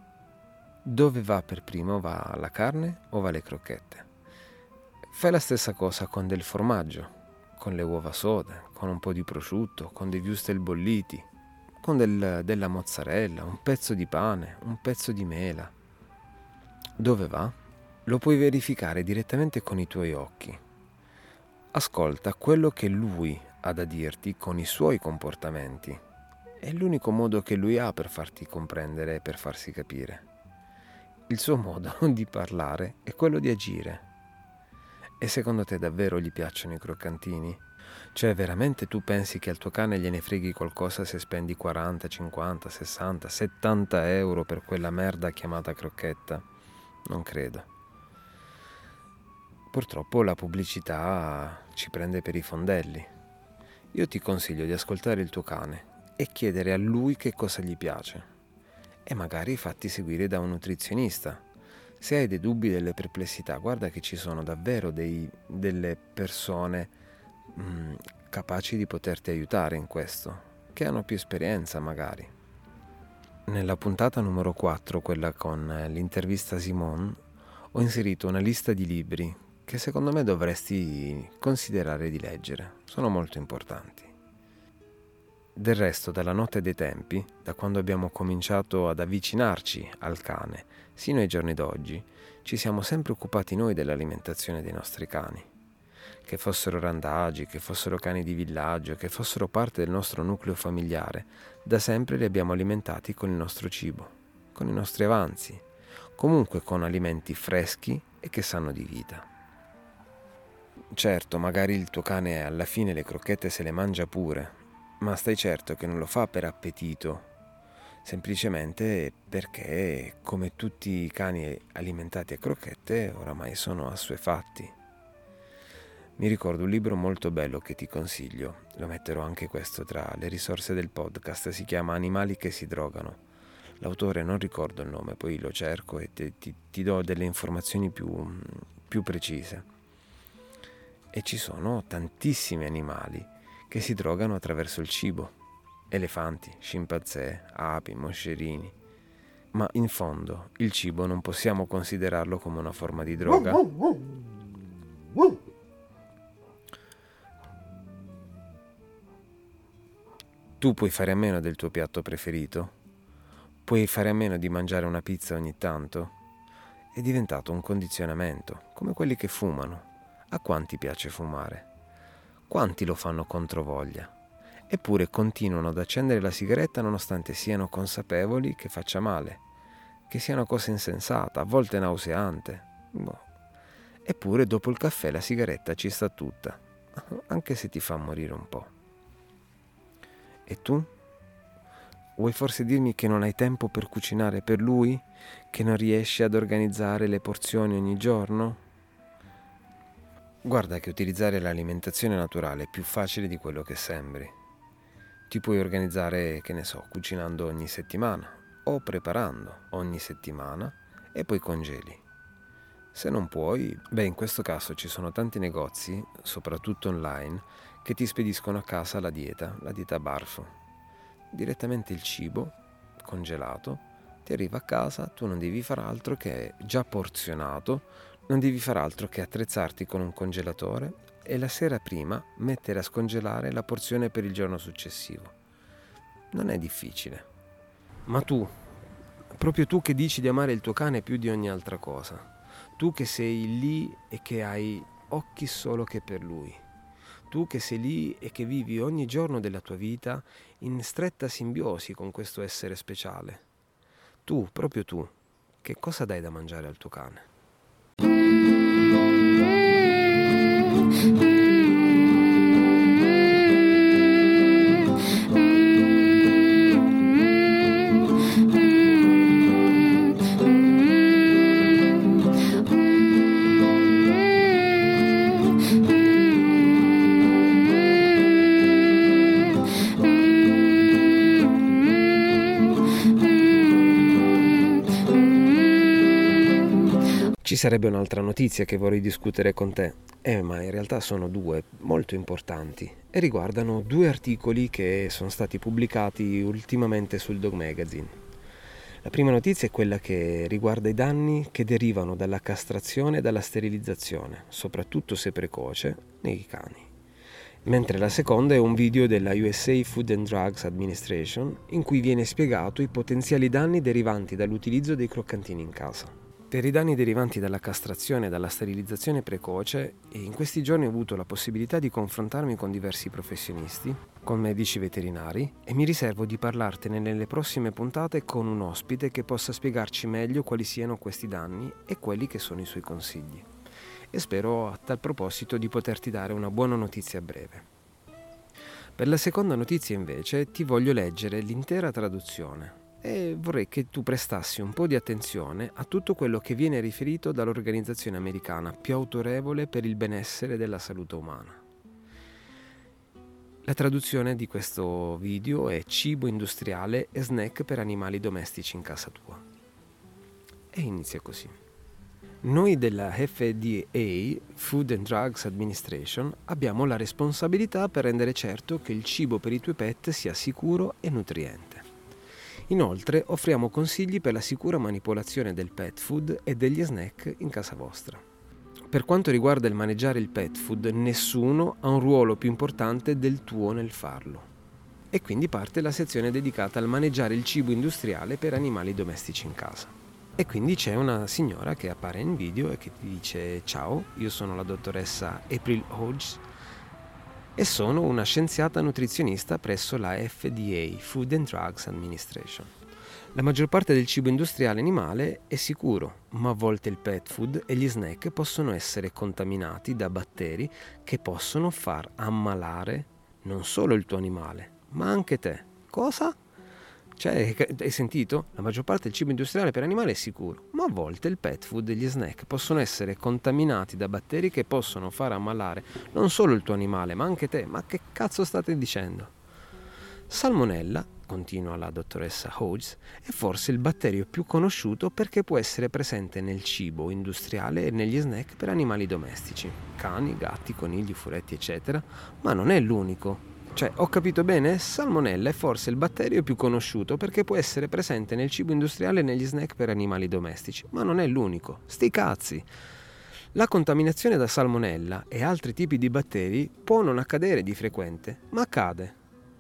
Dove va per primo? Va alla carne o va alle crocchette? Fai la stessa cosa con del formaggio, con le uova sode, con un po' di prosciutto, con dei wurstel bolliti, con della mozzarella, un pezzo di pane, un pezzo di mela. Dove va? Lo puoi verificare direttamente con i tuoi occhi. Ascolta quello che lui ha da dirti con i suoi comportamenti. È l'unico modo che lui ha per farti comprendere e per farsi capire. Il suo modo di parlare è quello di agire. E secondo te davvero gli piacciono i croccantini? Cioè veramente tu pensi che al tuo cane gliene freghi qualcosa se spendi 40, 50, 60, 70 euro per quella merda chiamata crocchetta? Non credo. Purtroppo la pubblicità ci prende per i fondelli. Io ti consiglio di ascoltare il tuo cane e chiedere a lui che cosa gli piace. E magari fatti seguire da un nutrizionista. Se hai dei dubbi, delle perplessità, guarda che ci sono davvero delle persone capaci di poterti aiutare in questo, che hanno più esperienza magari. Nella puntata numero 4, quella con l'intervista a Simone, ho inserito una lista di libri che secondo me dovresti considerare di leggere, sono molto importanti. Del resto, dalla notte dei tempi, da quando abbiamo cominciato ad avvicinarci al cane, sino ai giorni d'oggi, ci siamo sempre occupati noi dell'alimentazione dei nostri cani. Che fossero randagi, che fossero cani di villaggio, che fossero parte del nostro nucleo familiare, da sempre li abbiamo alimentati con il nostro cibo, con i nostri avanzi, comunque con alimenti freschi e che sanno di vita. Certo, magari il tuo cane alla fine le crocchette se le mangia pure, ma stai certo che non lo fa per appetito, semplicemente perché, come tutti i cani alimentati a crocchette, oramai sono assuefatti. Mi ricordo un libro molto bello che ti consiglio, lo metterò anche questo tra le risorse del podcast, si chiama Animali che si drogano. L'autore non ricordo il nome, poi lo cerco e ti do delle informazioni più precise. E ci sono tantissimi animali che si drogano attraverso il cibo. Elefanti, scimpanzé, api, moscerini. Ma in fondo il cibo non possiamo considerarlo come una forma di droga? Tu puoi fare a meno del tuo piatto preferito? Puoi fare a meno di mangiare una pizza ogni tanto? È diventato un condizionamento, come quelli che fumano. A quanti piace fumare? Quanti lo fanno controvoglia? Eppure continuano ad accendere la sigaretta nonostante siano consapevoli che faccia male, che sia una cosa insensata, a volte nauseante. Eppure dopo il caffè la sigaretta ci sta tutta, anche se ti fa morire un po'. E tu? Vuoi forse dirmi che non hai tempo per cucinare per lui? Che non riesci ad organizzare le porzioni ogni giorno? Guarda che utilizzare l'alimentazione naturale è più facile di quello che sembri. Ti puoi organizzare, che ne so, cucinando ogni settimana o preparando ogni settimana e poi congeli. Se non puoi, in questo caso ci sono tanti negozi, soprattutto online, che ti spediscono a casa la dieta BARF. Direttamente il cibo, congelato, ti arriva a casa, tu non devi fare altro che già porzionato, non devi fare altro che attrezzarti con un congelatore e la sera prima mettere a scongelare la porzione per il giorno successivo. Non è difficile. Ma tu, proprio tu che dici di amare il tuo cane più di ogni altra cosa, tu che sei lì e che hai occhi solo che per lui, tu che sei lì e che vivi ogni giorno della tua vita in stretta simbiosi con questo essere speciale, tu, proprio tu, che cosa dai da mangiare al tuo cane? Ci sarebbe un'altra notizia che vorrei discutere con te, ma in realtà sono due molto importanti e riguardano due articoli che sono stati pubblicati ultimamente sul Dog Magazine. La prima notizia è quella che riguarda i danni che derivano dalla castrazione e dalla sterilizzazione, soprattutto se precoce, nei cani. Mentre la seconda è un video della USA Food and Drugs Administration in cui viene spiegato i potenziali danni derivanti dall'utilizzo dei croccantini in casa. Per i danni derivanti dalla castrazione e dalla sterilizzazione precoce, in questi giorni ho avuto la possibilità di confrontarmi con diversi professionisti, con medici veterinari, e mi riservo di parlartene nelle prossime puntate con un ospite che possa spiegarci meglio quali siano questi danni e quelli che sono i suoi consigli. E spero a tal proposito di poterti dare una buona notizia a breve. Per la seconda notizia invece ti voglio leggere l'intera traduzione e vorrei che tu prestassi un po' di attenzione a tutto quello che viene riferito dall'organizzazione americana più autorevole per il benessere della salute umana. La traduzione di questo video è cibo industriale e snack per animali domestici in casa tua. E inizia così. Noi della FDA, Food and Drugs Administration, abbiamo la responsabilità per rendere certo che il cibo per i tuoi pet sia sicuro e nutriente. Inoltre offriamo consigli per la sicura manipolazione del pet food e degli snack in casa vostra. Per quanto riguarda il maneggiare il pet food, nessuno ha un ruolo più importante del tuo nel farlo. E quindi parte la sezione dedicata al maneggiare il cibo industriale per animali domestici in casa. E quindi c'è una signora che appare in video e che ti dice: ciao, io sono la dottoressa April Hodges e sono una scienziata nutrizionista presso la FDA, Food and Drugs Administration. La maggior parte del cibo industriale animale è sicuro, ma a volte il pet food e gli snack possono essere contaminati da batteri che possono far ammalare non solo il tuo animale, ma anche te. Cosa? Cioè, hai sentito? La maggior parte del cibo industriale per animali è sicuro, ma a volte il pet food e gli snack possono essere contaminati da batteri che possono far ammalare non solo il tuo animale, ma anche te. Ma che cazzo state dicendo? Salmonella, continua la dottoressa Hodges, è forse il batterio più conosciuto perché può essere presente nel cibo industriale e negli snack per animali domestici, cani, gatti, conigli, furetti, eccetera, ma non è l'unico. Cioè, ho capito bene? Salmonella è forse il batterio più conosciuto perché può essere presente nel cibo industriale e negli snack per animali domestici, ma non è l'unico. Sti cazzi! La contaminazione da salmonella e altri tipi di batteri può non accadere di frequente, ma accade.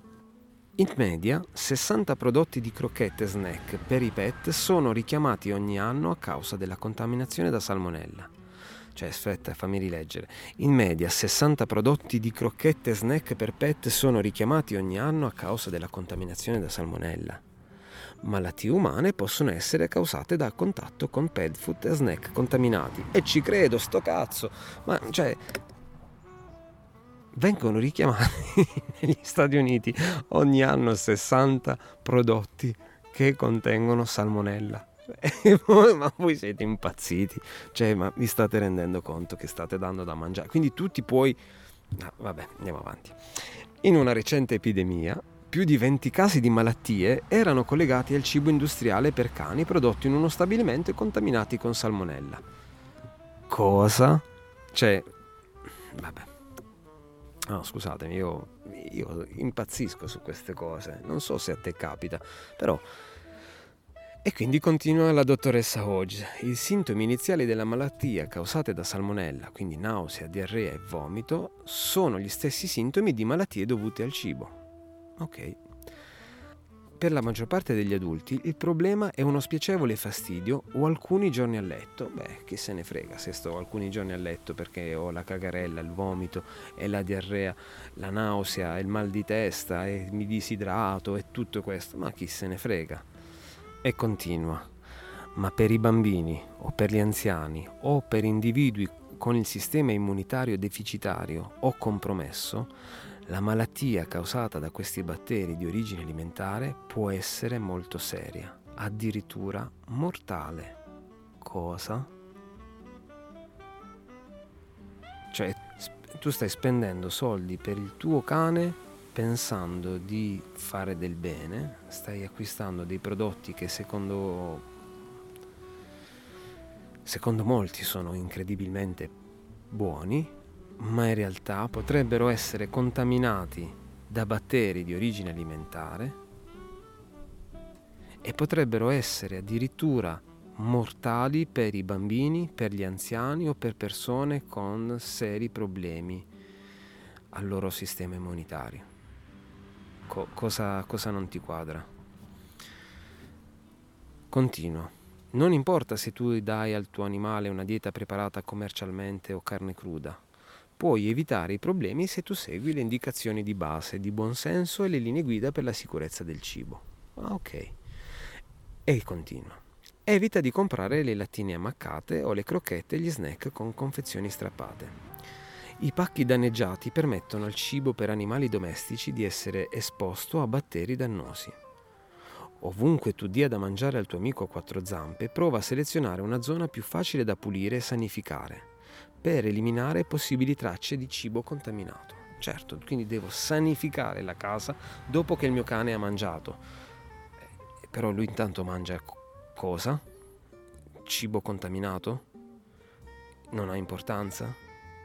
In media, 60 prodotti di crocchette snack per i pet sono richiamati ogni anno a causa della contaminazione da salmonella. Cioè, aspetta, fammi rileggere. In media 60 prodotti di crocchette snack per pet sono richiamati ogni anno a causa della contaminazione da salmonella. Malattie umane possono essere causate da contatto con pet food e snack contaminati. E ci credo, sto cazzo! Ma, cioè, vengono richiamati negli Stati Uniti ogni anno 60 prodotti che contengono salmonella. Ma voi siete impazziti, cioè, ma vi state rendendo conto che state dando da mangiare? Quindi tu ti puoi... No, vabbè, andiamo avanti. In una recente epidemia, più di 20 casi di malattie erano collegati al cibo industriale per cani prodotto in uno stabilimento e contaminati con salmonella. Cosa? Cioè, vabbè. No, scusatemi, io impazzisco su queste cose. Non so se a te capita, però... E quindi continua la dottoressa Hodge. I sintomi iniziali della malattia causate da salmonella, quindi nausea, diarrea e vomito, sono gli stessi sintomi di malattie dovute al cibo. Ok. Per la maggior parte degli adulti il problema è uno spiacevole fastidio o alcuni giorni a letto. Beh, chi se ne frega se sto alcuni giorni a letto perché ho la cagarella, il vomito e la diarrea, la nausea, il mal di testa e mi disidrato e tutto questo. Ma chi se ne frega? E continua. Ma per i bambini o per gli anziani o per individui con il sistema immunitario deficitario o compromesso, la malattia causata da questi batteri di origine alimentare può essere molto seria, addirittura mortale. Cosa? Cioè, tu stai spendendo soldi per il tuo cane pensando di fare del bene, stai acquistando dei prodotti che secondo molti sono incredibilmente buoni, ma in realtà potrebbero essere contaminati da batteri di origine alimentare e potrebbero essere addirittura mortali per i bambini, per gli anziani o per persone con seri problemi al loro sistema immunitario. Cosa non ti quadra? Continuo. Non importa se tu dai al tuo animale una dieta preparata commercialmente o carne cruda. Puoi evitare i problemi se tu segui le indicazioni di base, di buon senso e le linee guida per la sicurezza del cibo. Ok. E continua. Evita di comprare le lattine ammaccate o le crocchette e gli snack con confezioni strappate. I pacchi danneggiati permettono al cibo per animali domestici di essere esposto a batteri dannosi. Ovunque tu dia da mangiare al tuo amico a quattro zampe, prova a selezionare una zona più facile da pulire e sanificare, per eliminare possibili tracce di cibo contaminato. Certo, quindi devo sanificare la casa dopo che il mio cane ha mangiato. Però lui intanto mangia cosa? Cibo contaminato? Non ha importanza?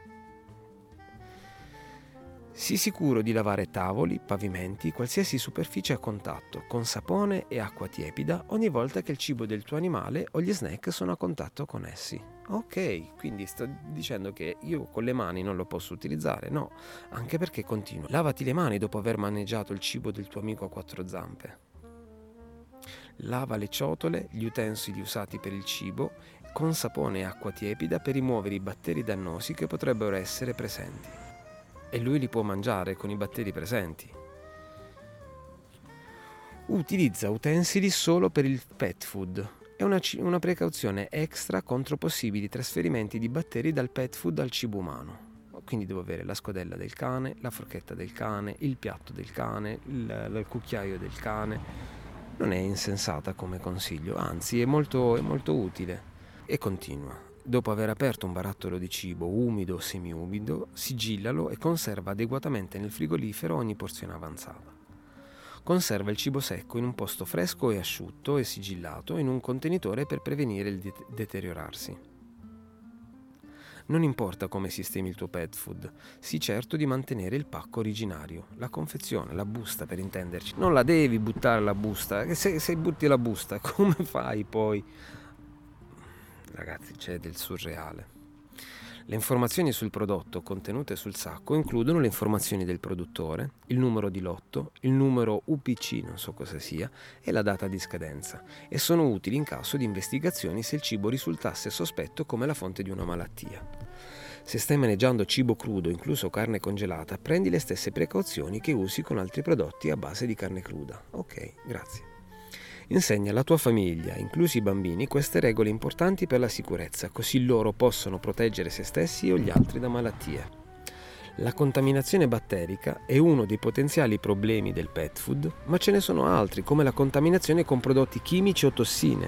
Sii sicuro di lavare tavoli, pavimenti, qualsiasi superficie a contatto, con sapone e acqua tiepida ogni volta che il cibo del tuo animale o gli snack sono a contatto con essi. Ok, quindi sto dicendo che io con le mani non lo posso utilizzare, no, anche perché continuo. Lavati le mani dopo aver maneggiato il cibo del tuo amico a quattro zampe. Lava le ciotole, gli utensili usati per il cibo, con sapone e acqua tiepida per rimuovere i batteri dannosi che potrebbero essere presenti. E lui li può mangiare con i batteri presenti. Utilizza utensili solo per il pet food. È una precauzione extra contro possibili trasferimenti di batteri dal pet food al cibo umano. Quindi devo avere la scodella del cane, la forchetta del cane, il piatto del cane, il cucchiaio del cane. Non è insensata come consiglio, anzi è molto utile. E continua. Dopo aver aperto un barattolo di cibo umido o semi-umido, sigillalo e conserva adeguatamente nel frigorifero ogni porzione avanzata. Conserva il cibo secco in un posto fresco e asciutto e sigillato in un contenitore per prevenire il deteriorarsi. Non importa come sistemi il tuo pet food, sii certo di mantenere il pacco originario, la confezione, la busta per intenderci. Non la devi buttare la busta, se butti la busta come fai poi? Ragazzi, c'è del surreale. Le informazioni sul prodotto contenute sul sacco includono le informazioni del produttore, il numero di lotto, il numero UPC, non so cosa sia, e la data di scadenza, e sono utili in caso di investigazioni se il cibo risultasse sospetto come la fonte di una malattia. Se stai maneggiando cibo crudo, incluso carne congelata, prendi le stesse precauzioni che usi con altri prodotti a base di carne cruda. Ok, grazie. Insegna alla tua famiglia, inclusi i bambini, queste regole importanti per la sicurezza, così loro possono proteggere se stessi o gli altri da malattie. La contaminazione batterica è uno dei potenziali problemi del pet food, ma ce ne sono altri, come la contaminazione con prodotti chimici o tossine,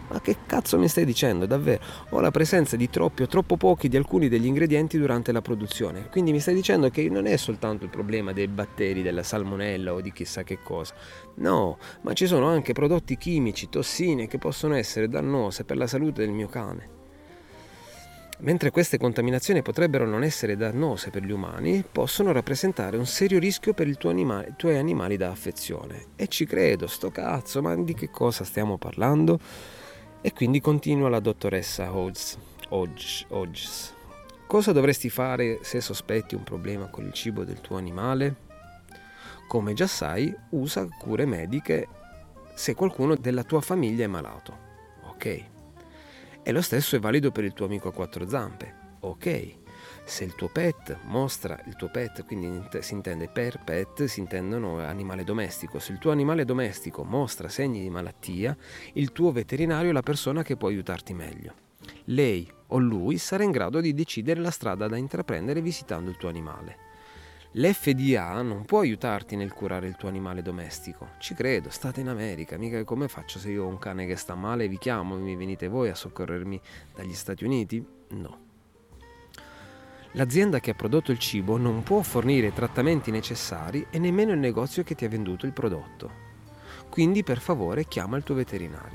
Ma che cazzo mi stai dicendo, davvero? Ho la presenza di troppi o troppo pochi di alcuni degli ingredienti durante la produzione, quindi mi stai dicendo che non è soltanto il problema dei batteri, della salmonella o di chissà che cosa. No, ma ci sono anche prodotti chimici, tossine che possono essere dannose per la salute del mio cane. Mentre queste contaminazioni potrebbero non essere dannose per gli umani, possono rappresentare un serio rischio per i tuoi animali da affezione. E ci credo, sto cazzo, ma di che cosa stiamo parlando? E quindi continua la dottoressa Hodges. Cosa dovresti fare se sospetti un problema con il cibo del tuo animale? Come già sai, usa cure mediche se qualcuno della tua famiglia è malato. Ok. E lo stesso è valido per il tuo amico a quattro zampe. Ok. Se il tuo pet, quindi si intende per pet, si intendono animale domestico. Se il tuo animale domestico mostra segni di malattia, il tuo veterinario è la persona che può aiutarti meglio. Lei o lui sarà in grado di decidere la strada da intraprendere visitando il tuo animale. L'FDA non può aiutarti nel curare il tuo animale domestico. Ci credo, state in America, mica come faccio se io ho un cane che sta male, vi chiamo e mi venite voi a soccorrermi dagli Stati Uniti? No. L'azienda che ha prodotto il cibo non può fornire i trattamenti necessari e nemmeno il negozio che ti ha venduto il prodotto. Quindi per favore chiama il tuo veterinario.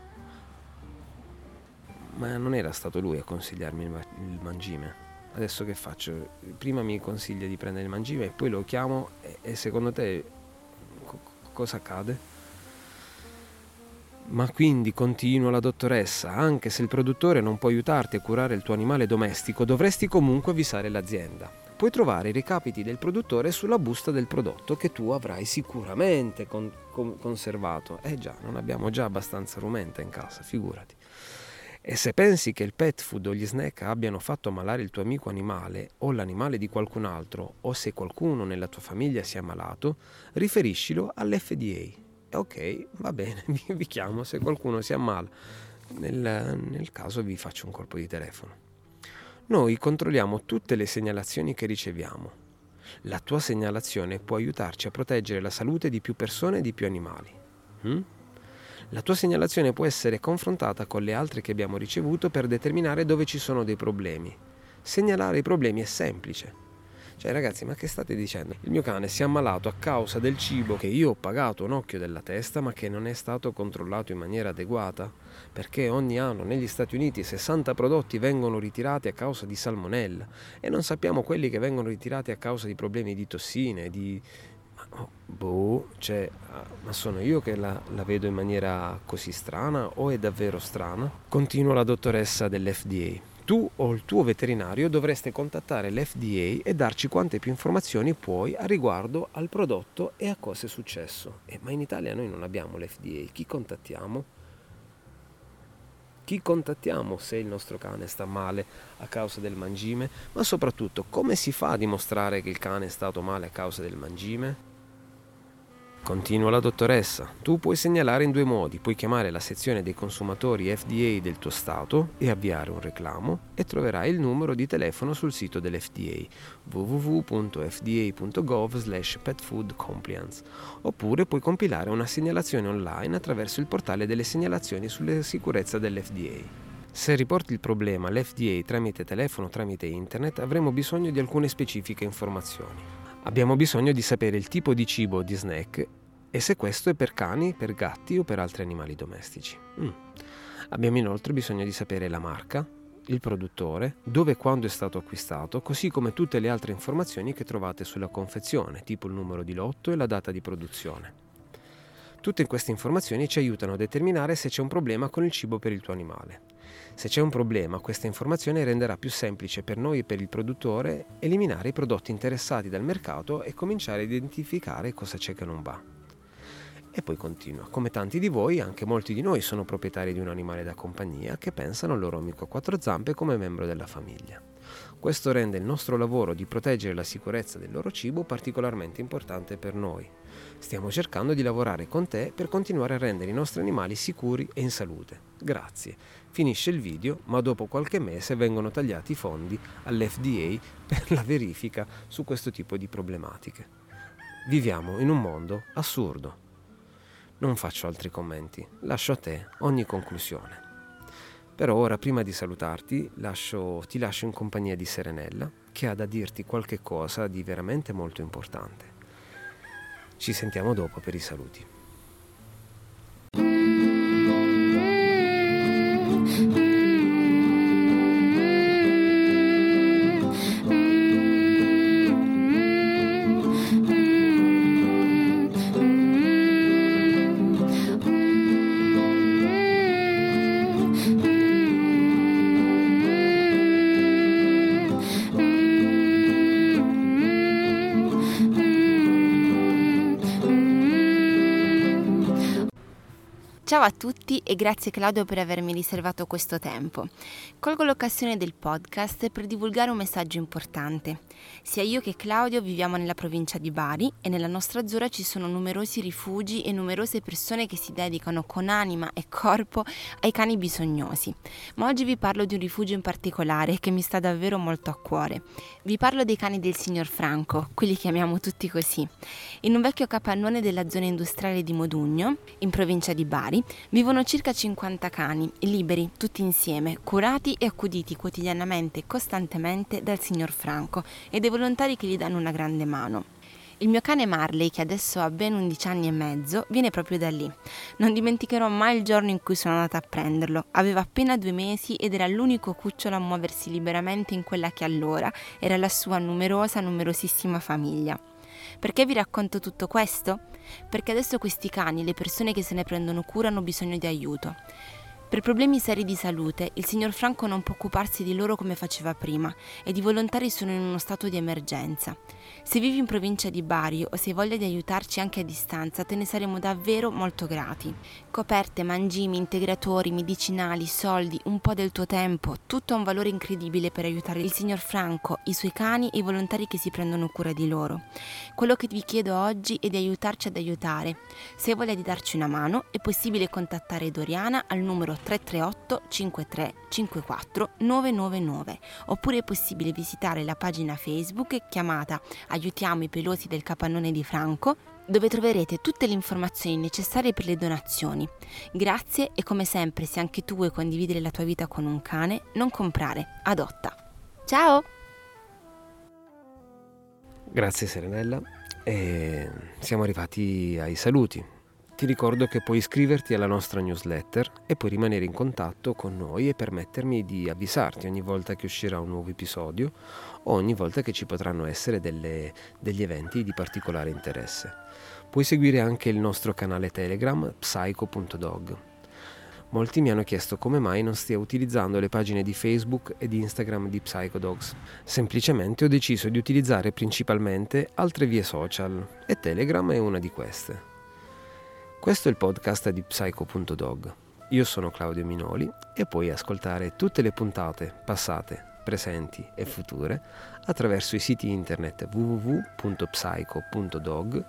Ma non era stato lui a consigliarmi il mangime? Adesso che faccio? Prima mi consiglia di prendere il mangime e poi lo chiamo e secondo te cosa accade? Ma quindi, continua la dottoressa, anche se il produttore non può aiutarti a curare il tuo animale domestico, dovresti comunque avvisare l'azienda. Puoi trovare i recapiti del produttore sulla busta del prodotto che tu avrai sicuramente conservato. Già, non abbiamo già abbastanza rumenta in casa, figurati. E se pensi che il pet food o gli snack abbiano fatto ammalare il tuo amico animale o l'animale di qualcun altro, o se qualcuno nella tua famiglia sia ammalato, riferiscilo all'FDA. Ok, va bene, vi chiamo se qualcuno si ammala. Nel caso vi faccio un colpo di telefono. Noi controlliamo tutte le segnalazioni che riceviamo. La tua segnalazione può aiutarci a proteggere la salute di più persone e di più animali. La tua segnalazione può essere confrontata con le altre che abbiamo ricevuto per determinare dove ci sono dei problemi. Segnalare i problemi è semplice. Cioè ragazzi, ma che state dicendo? Il mio cane si è ammalato a causa del cibo che io ho pagato un occhio della testa ma che non è stato controllato in maniera adeguata? Perché ogni anno negli Stati Uniti 60 prodotti vengono ritirati a causa di salmonella e non sappiamo quelli che vengono ritirati a causa di problemi di tossine, ma sono io che la vedo in maniera così strana o è davvero strana? Continua la dottoressa dell'FDA. Tu o il tuo veterinario dovreste contattare l'FDA e darci quante più informazioni puoi a riguardo al prodotto e a cosa è successo. Ma in Italia noi non abbiamo l'FDA. Chi contattiamo? Chi contattiamo se il nostro cane sta male a causa del mangime? Ma soprattutto, come si fa a dimostrare che il cane è stato male a causa del mangime? Continua la dottoressa. Tu puoi segnalare in due modi. Puoi chiamare la sezione dei consumatori FDA del tuo stato e avviare un reclamo e troverai il numero di telefono sul sito dell'FDA www.fda.gov/petfoodcompliance. Oppure puoi compilare una segnalazione online attraverso il portale delle segnalazioni sulla sicurezza dell'FDA. Se riporti il problema all'FDA tramite telefono o tramite internet, avremo bisogno di alcune specifiche informazioni. Abbiamo bisogno di sapere il tipo di cibo o di snack e se questo è per cani, per gatti o per altri animali domestici. Abbiamo inoltre bisogno di sapere la marca, il produttore, dove e quando è stato acquistato, così come tutte le altre informazioni che trovate sulla confezione, tipo il numero di lotto e la data di produzione. Tutte queste informazioni ci aiutano a determinare se c'è un problema con il cibo per il tuo animale. Se c'è un problema, questa informazione renderà più semplice per noi e per il produttore eliminare i prodotti interessati dal mercato e cominciare a identificare cosa c'è che non va. E poi continua. Come tanti di voi, anche molti di noi sono proprietari di un animale da compagnia che pensano al loro amico a quattro zampe come membro della famiglia. Questo rende il nostro lavoro di proteggere la sicurezza del loro cibo particolarmente importante per noi. Stiamo cercando di lavorare con te per continuare a rendere i nostri animali sicuri e in salute. Grazie. Finisce il video, ma dopo qualche mese vengono tagliati i fondi all'FDA per la verifica su questo tipo di problematiche. Viviamo in un mondo assurdo. Non faccio altri commenti, lascio a te ogni conclusione. Però ora, prima di salutarti, ti lascio in compagnia di Serenella, che ha da dirti qualche cosa di veramente molto importante. Ci sentiamo dopo per i saluti. Ciao a tutti e grazie Claudio per avermi riservato questo tempo. Colgo l'occasione del podcast per divulgare un messaggio importante. Sia io che Claudio viviamo nella provincia di Bari e nella nostra zona ci sono numerosi rifugi e numerose persone che si dedicano con anima e corpo ai cani bisognosi. Ma oggi vi parlo di un rifugio in particolare che mi sta davvero molto a cuore. Vi parlo dei cani del signor Franco, quelli chiamiamo tutti così. In un vecchio capannone della zona industriale di Modugno, in provincia di Bari, vivono circa 50 cani, liberi, tutti insieme, curati e accuditi quotidianamente e costantemente dal signor Franco e dai volontari che gli danno una grande mano. Il mio cane Marley, che adesso ha ben 11 anni e mezzo, viene proprio da lì. Non dimenticherò mai il giorno in cui sono andata a prenderlo. Aveva appena 2 mesi ed era l'unico cucciolo a muoversi liberamente in quella che allora era la sua numerosissima famiglia. Perché vi racconto tutto questo? Perché adesso questi cani, le persone che se ne prendono cura, hanno bisogno di aiuto. Per problemi seri di salute, il signor Franco non può occuparsi di loro come faceva prima ed i volontari sono in uno stato di emergenza. Se vivi in provincia di Bari o se hai voglia di aiutarci anche a distanza, te ne saremo davvero molto grati. Coperte, mangimi, integratori, medicinali, soldi, un po' del tuo tempo, tutto ha un valore incredibile per aiutare il signor Franco, i suoi cani e i volontari che si prendono cura di loro. Quello che vi chiedo oggi è di aiutarci ad aiutare. Se hai voglia di darci una mano, è possibile contattare Doriana al numero 338 53 54 999 oppure è possibile visitare la pagina Facebook chiamata Aiutiamo i pelosi del capannone di Franco, dove troverete tutte le informazioni necessarie per le donazioni. Grazie e come sempre, se anche tu vuoi condividere la tua vita con un cane, non comprare, adotta. Ciao! Grazie Serenella e siamo arrivati ai saluti. Ti ricordo che puoi iscriverti alla nostra newsletter e puoi rimanere in contatto con noi e permettermi di avvisarti ogni volta che uscirà un nuovo episodio o ogni volta che ci potranno essere degli eventi di particolare interesse. Puoi seguire anche il nostro canale Telegram psycho.dog. Molti mi hanno chiesto come mai non stia utilizzando le pagine di Facebook e di Instagram di Psychodogs. Semplicemente ho deciso di utilizzare principalmente altre vie social e Telegram è una di queste. Questo è il podcast di Psycho.dog. Io sono Claudio Minoli e puoi ascoltare tutte le puntate passate, presenti e future attraverso i siti internet www.psycho.dog,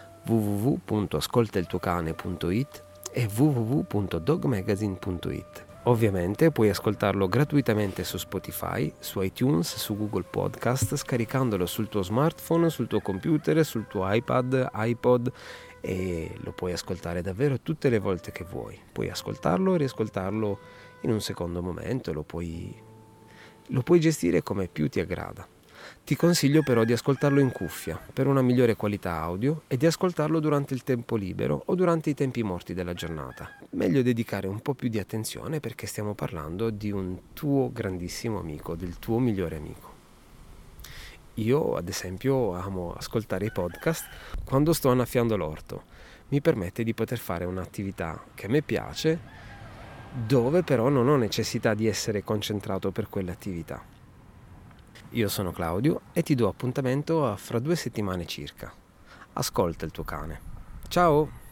www.ascoltailtuocane.it e www.dogmagazine.it. Ovviamente puoi ascoltarlo gratuitamente su Spotify, su iTunes, su Google Podcast, scaricandolo sul tuo smartphone, sul tuo computer, sul tuo iPad, iPod e lo puoi ascoltare davvero tutte le volte che vuoi. Puoi ascoltarlo e riascoltarlo in un secondo momento, lo puoi gestire come più ti aggrada. Ti consiglio però di ascoltarlo in cuffia per una migliore qualità audio e di ascoltarlo durante il tempo libero o durante i tempi morti della giornata. Meglio dedicare un po' più di attenzione perché stiamo parlando di un tuo grandissimo amico, del tuo migliore amico. Io, ad esempio, amo ascoltare i podcast quando sto annaffiando l'orto. Mi permette di poter fare un'attività che a me piace, dove però non ho necessità di essere concentrato per quell'attività. Io sono Claudio e ti do appuntamento a fra 2 settimane circa. Ascolta il tuo cane. Ciao!